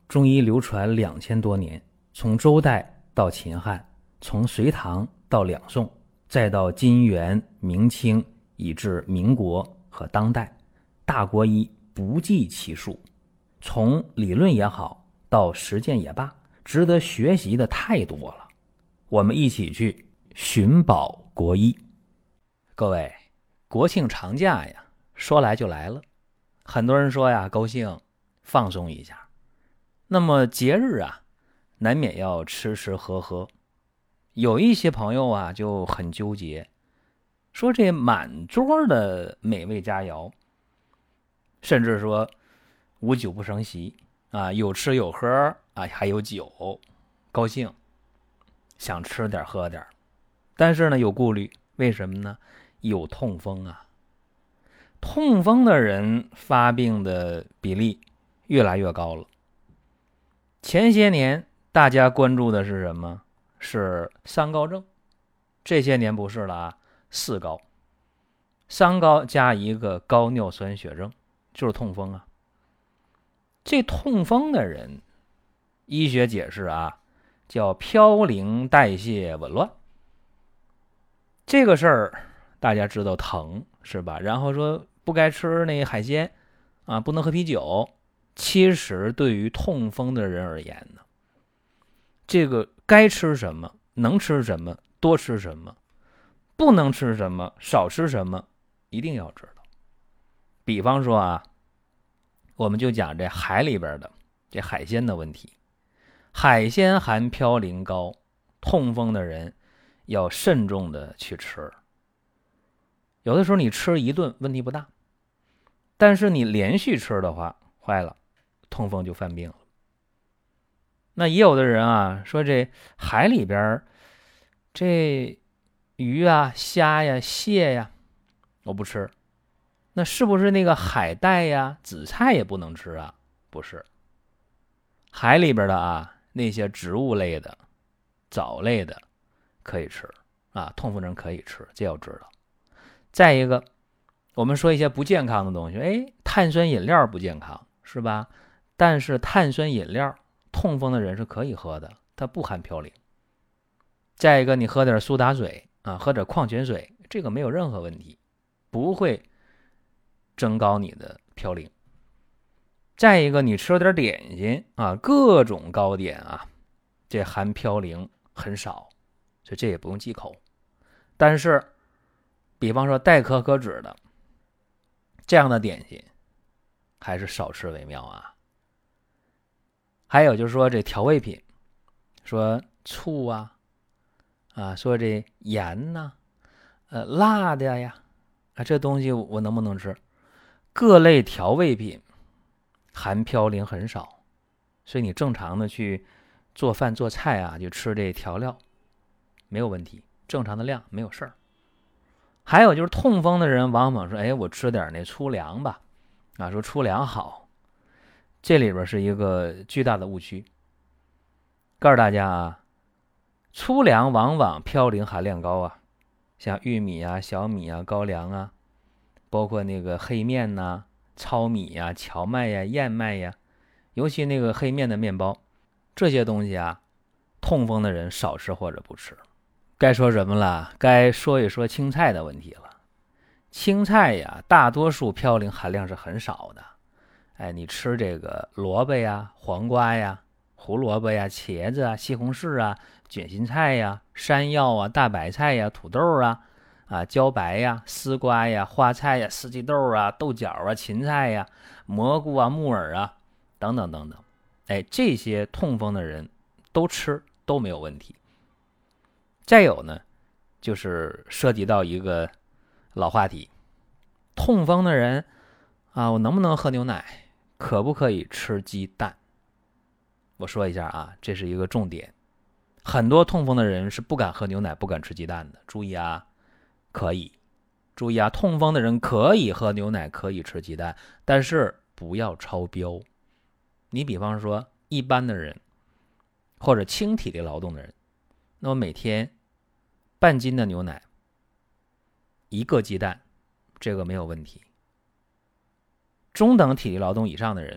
中医流传2000多年，从周代到秦汉，从隋唐到两宋，再到金元明清，以至民国和当代，大国医不计其数。从理论也好，到实践也罢，值得学习的太多了。我们一起去寻宝国医。各位，国庆长假呀，说来就来了。很多人说呀，高兴放松一下。那么节日啊，难免要吃吃喝喝。有一些朋友啊就很纠结，说这满桌的美味佳肴，甚至说无酒不成席啊，有吃有喝啊，还有酒，高兴，想吃点喝点。但是呢有顾虑，为什么呢？有痛风啊。痛风的人发病的比例越来越高了。前些年大家关注的是什么？是三高症。这些年不是了啊，四高。三高加一个高尿酸血症，就是痛风啊。这痛风的人，医学解释啊，叫嘌呤代谢紊乱。这个事儿大家知道疼是吧？然后说不该吃那海鲜啊，不能喝啤酒。其实对于痛风的人而言呢，这个该吃什么，能吃什么，多吃什么，不能吃什么，少吃什么，一定要知道。比方说啊，我们就讲这海里边的这海鲜的问题。海鲜含嘌呤高，痛风的人要慎重的去吃。有的时候你吃一顿问题不大，但是你连续吃的话，坏了，痛风就犯病了。那也有的人啊说这海里边这鱼啊虾呀蟹呀我不吃，那是不是那个海带呀紫菜也不能吃啊？不是，海里边的啊那些植物类的藻类的可以吃啊，痛风人可以吃，这要知道。再一个，我们说一些不健康的东西，碳酸饮料不健康是吧？但是碳酸饮料痛风的人是可以喝的，它不含嘌呤。再一个，你喝点苏打水啊，喝点矿泉水，这个没有任何问题，不会增高你的嘌呤。再一个，你吃点点心啊，各种糕点啊，这含嘌呤很少，所以这也不用忌口。但是比方说代可可脂的这样的点心还是少吃为妙啊。还有就是说这调味品，说醋啊，说这盐呐，辣的呀，这东西我能不能吃？各类调味品含嘌呤很少，所以你正常的去做饭做菜啊，就吃这调料没有问题，正常的量没有事儿。还有就是痛风的人往往说，我吃点那粗粮吧，说粗粮好，这里边是一个巨大的误区。告诉大家啊，粗粮往往嘌呤含量高啊，像玉米啊、小米啊、高粱啊，包括那个黑面呐、糙米呀、荞麦呀、燕麦呀，尤其那个黑面的面包，这些东西啊，痛风的人少吃或者不吃。该说什么了？该说一说青菜的问题了。青菜呀，大多数嘌呤含量是很少的。你吃这个萝卜呀、黄瓜呀、胡萝卜呀、茄子啊、西红柿啊、卷心菜呀、山药啊、大白菜呀、土豆啊、茭白呀、丝瓜呀、花菜呀、四季豆啊、豆角啊、芹菜呀、蘑菇啊、木耳啊等等等等。这些痛风的人都吃都没有问题。再有呢，就是涉及到一个老话题，痛风的人我能不能喝牛奶？可不可以吃鸡蛋？我说一下啊，这是一个重点。很多痛风的人是不敢喝牛奶、不敢吃鸡蛋的。注意啊，可以。注意啊，痛风的人可以喝牛奶，可以吃鸡蛋，但是不要超标。你比方说一般的人或者轻体力劳动的人，那么每天半斤的牛奶，一个鸡蛋，这个没有问题。中等体力劳动以上的人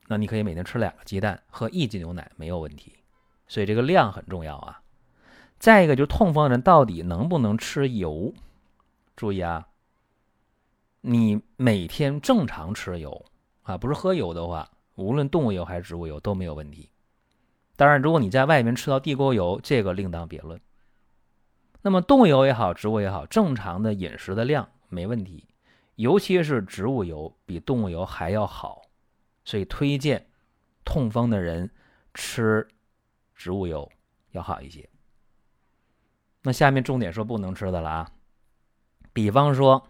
那你可以每天吃2个鸡蛋，喝1斤牛奶没有问题。所以这个量很重要啊。再一个就是痛风的人到底能不能吃油？注意啊，你每天正常吃油啊，不是喝油的话，无论动物油还是植物油都没有问题。当然，如果你在外面吃到地沟油，这个另当别论。那么动物油也好，植物也好，正常的饮食的量没问题，尤其是植物油比动物油还要好，所以推荐痛风的人吃植物油要好一些。那下面重点说不能吃的了啊，比方说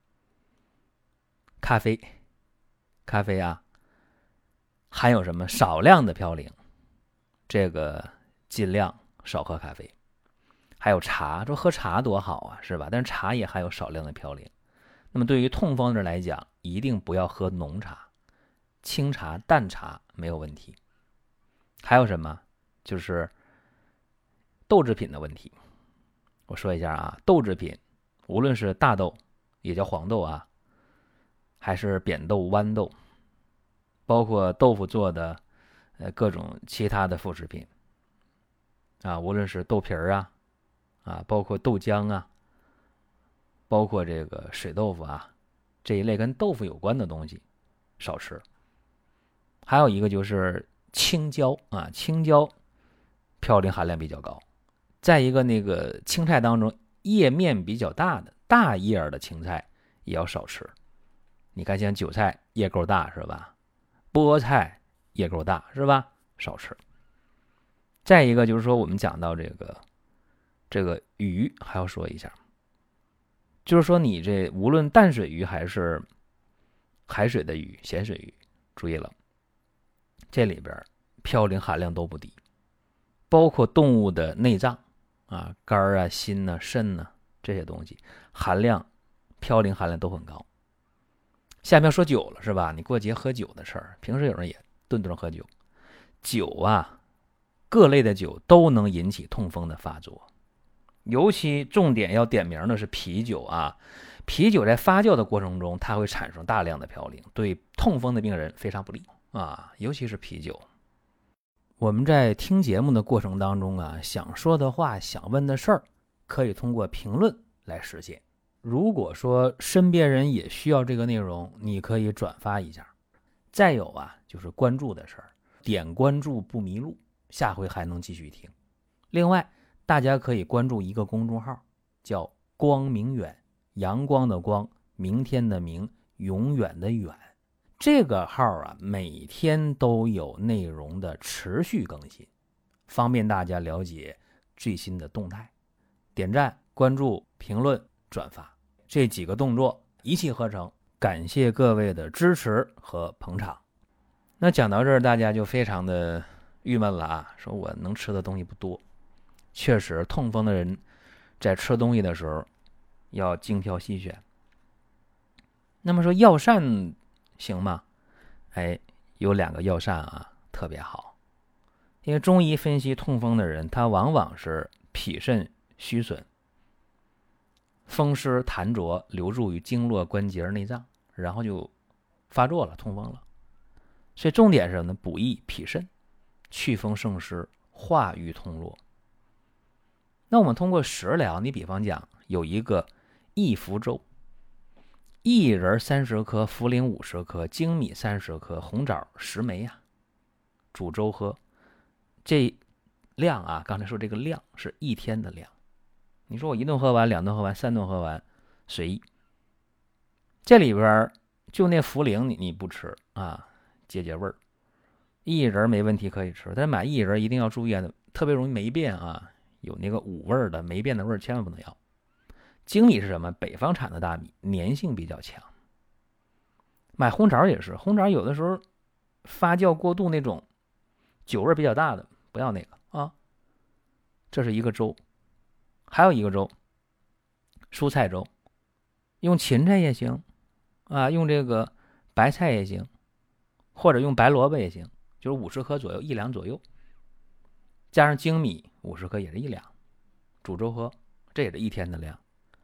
咖啡啊，含有什么少量的嘌呤，这个尽量少喝咖啡。还有茶，说喝茶多好啊，是吧？但是茶也含有少量的嘌呤。那么对于痛风的人来讲，一定不要喝浓茶，清茶、淡茶没有问题。还有什么？就是豆制品的问题。我说一下啊，豆制品，无论是大豆，也叫黄豆啊，还是扁豆、豌豆，包括豆腐做的各种其他的副食品啊，无论是豆皮儿啊，包括豆浆啊，包括这个水豆腐啊，这一类跟豆腐有关的东西少吃。还有一个就是青椒啊，青椒嘌呤含量比较高。再一个，那个青菜当中叶面比较大的大叶的青菜也要少吃。你看像韭菜叶够大是吧？菠菜叶够大是吧？少吃。再一个就是说，我们讲到这个鱼还要说一下，就是说你这无论淡水鱼还是海水的鱼、咸水鱼，注意了，这里边嘌呤含量都不低，包括动物的内脏啊，肝啊、心啊、肾啊这些东西含量嘌呤含量都很高。下面说酒了是吧？你过节喝酒的事儿，平时有人也顿顿喝酒，酒啊，各类的酒都能引起痛风的发作。尤其重点要点名的是啤酒啊，啤酒在发酵的过程中，它会产生大量的嘌呤，对痛风的病人非常不利啊，尤其是啤酒。我们在听节目的过程当中啊，想说的话、想问的事儿，可以通过评论来实现。如果说身边人也需要这个内容，你可以转发一下。再有啊，就是关注的事儿，点关注不迷路，下回还能继续听。另外，大家可以关注一个公众号，叫光明远，阳光的光，明天的明，永远的远。这个号啊，每天都有内容的持续更新，方便大家了解最新的动态。点赞、关注、评论、转发这几个动作一气呵成，感谢各位的支持和捧场。那讲到这儿，大家就非常的郁闷了啊，说我能吃的东西不多。确实，痛风的人在吃东西的时候要精挑细选。那么说药膳行吗？有2个药膳啊特别好。因为中医分析痛风的人，他往往是脾肾虚损，风湿痰浊流入于经络关节内脏，然后就发作了，痛风了。所以重点是什么呢？补益脾肾，祛风胜湿，化瘀通络。那我们通过食疗，你比方讲有一个益福粥，薏仁30克，茯苓50克，粳米30克，红枣10枚啊，煮粥喝。这量啊，刚才说这个量是1天的量。你说我1顿喝完、2顿喝完、3顿喝完，随意。这里边就那茯苓你不吃啊，解味儿。薏仁没问题可以吃，但是买薏仁一定要注意啊，特别容易霉变啊，有那个五味的霉变的味儿，千万不能要。粳米是什么？北方产的大米，粘性比较强。买红枣也是，红枣有的时候发酵过度那种酒味比较大的，不要那个啊。这是一个粥，还有一个粥，蔬菜粥，用芹菜也行啊，用这个白菜也行，或者用白萝卜也行，就是50克左右，1两左右，加上粳米50克也是1两，煮粥喝，这也是1天的量。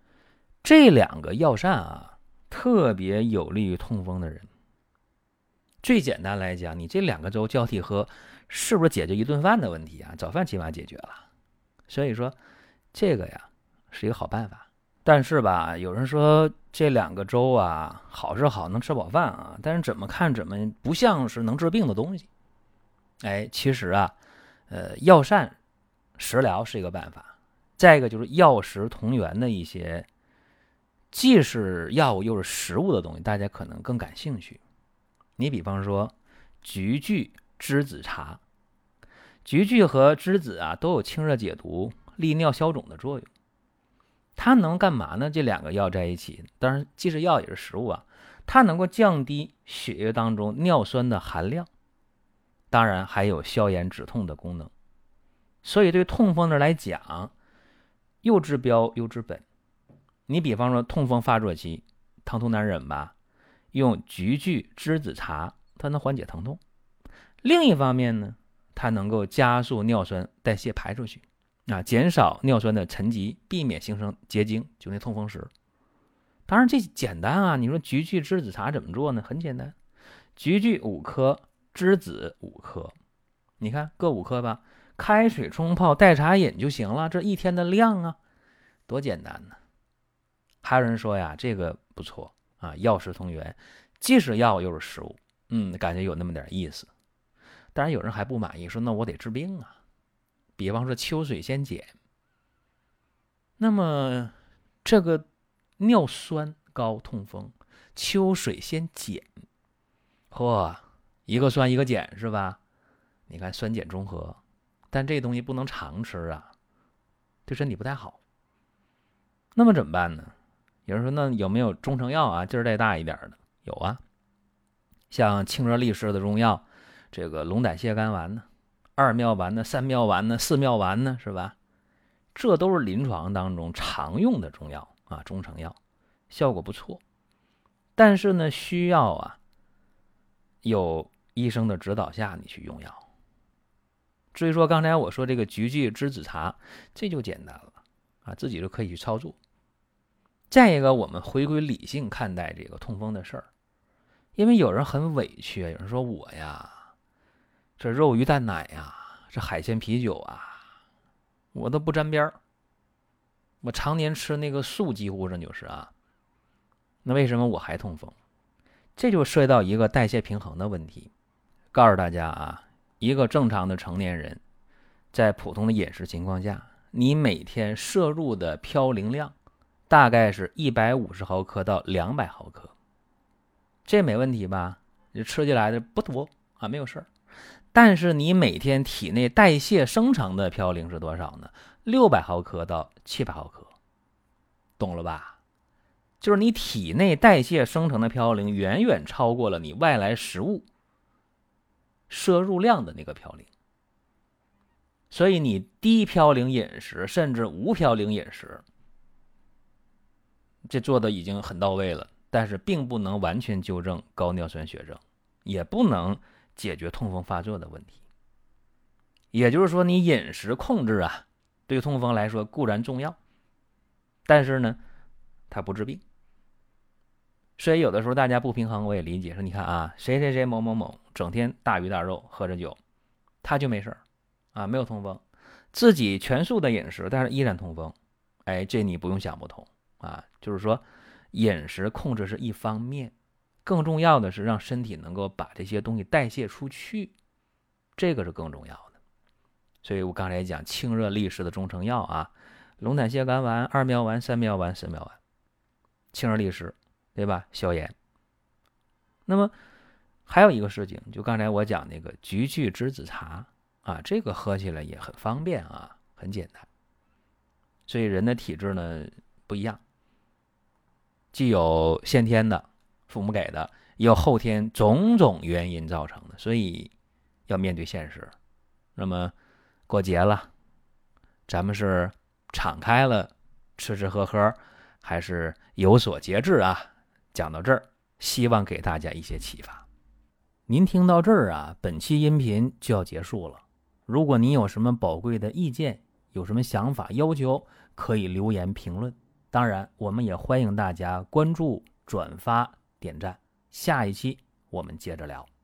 这2个药膳啊，特别有利于痛风的人。 最简单来讲，你这2个粥交替喝，是不是解决一顿饭的问题啊？早饭起码解决了。所以说这个呀是一个好办法。但是吧，有人说这2个粥啊，好是好，能吃饱饭啊，但是怎么看怎么不像是能治病的东西。其实啊，药膳食疗是一个办法。再一个就是药食同源的一些，既是药物又是食物的东西，大家可能更感兴趣。你比方说菊苣栀子茶，菊苣和栀子啊都有清热解毒、利尿消肿的作用。它能干嘛呢？这2个药在一起，当然既是药也是食物啊，它能够降低血液当中尿酸的含量，当然还有消炎止痛的功能。所以对痛风的来讲，又治标又治本。你比方说痛风发作期，疼痛难忍吧，用菊苣栀子茶，它能缓解疼痛。另一方面呢，它能够加速尿酸代谢排出去减少尿酸的沉积，避免形成结晶，就那痛风石。当然这简单啊，你说菊苣栀子茶怎么做呢？很简单，菊苣5颗，栀子5颗，你看各5颗吧，开水冲泡代茶饮就行了，这1天的量啊，多简单呢。还有人说呀，这个不错啊，药食同源，既是药又是食物，感觉有那么点意思。当然有人还不满意，说那我得治病啊，比方说秋水仙碱。那么这个尿酸高痛风，秋水仙碱，一个酸一个碱是吧？你看酸碱中和，但这东西不能常吃啊，对身体不太好。那么怎么办呢？有人说那有没有中成药啊，劲儿再大一点的？有啊，像清热利湿的中药，这个龙胆泻肝丸呢，2妙丸呢，3妙丸呢，4妙丸呢，是吧？这都是临床当中常用的中药啊，中成药，效果不错。但是呢，需要有医生的指导下你去用药。至于说刚才我说这个菊苣栀子茶，这就简单了自己就可以去操作。再一个，我们回归理性看待这个痛风的事儿，因为有人很委屈，有人说我呀，这肉鱼蛋奶呀，这海鲜啤酒我都不沾边儿，我常年吃那个素，几乎上就是那为什么我还痛风？这就涉及到一个代谢平衡的问题。告诉大家一个正常的成年人，在普通的饮食情况下，你每天摄入的嘌呤量大概是150毫克到200毫克，这没问题吧？你吃进来的不多没有事儿。但是你每天体内代谢生成的嘌呤是多少呢？600毫克到700毫克，懂了吧？就是你体内代谢生成的嘌呤远远超过了你外来食物摄入量的那个嘌呤。所以你低嘌呤饮食甚至无嘌呤饮食，这做的已经很到位了，但是并不能完全纠正高尿酸血症，也不能解决痛风发作的问题。也就是说，你饮食控制对痛风来说固然重要，但是呢，它不治病。所以有的时候大家不平衡，我也理解，说你看谁谁谁某某某整天大鱼大肉喝着酒，他就没事没有痛风，自己全素的饮食，但是依然痛风，这你不用想不通就是说饮食控制是一方面，更重要的是让身体能够把这些东西代谢出去，这个是更重要的。所以我刚才讲清热利湿的中成药龙胆泻肝丸、2妙丸、3妙丸、4妙丸，清热利湿，对吧？消炎。那么还有一个事情，就刚才我讲那个菊苣栀子茶这个喝起来也很方便很简单。所以人的体质呢不一样，既有先天的父母给的，也有后天种种原因造成的，所以要面对现实。那么过节了，咱们是敞开了吃吃喝喝，还是有所节制讲到这儿，希望给大家一些启发。您听到这儿本期音频就要结束了。如果您有什么宝贵的意见，有什么想法要求，可以留言评论。当然我们也欢迎大家关注、转发、点赞。下一期我们接着聊。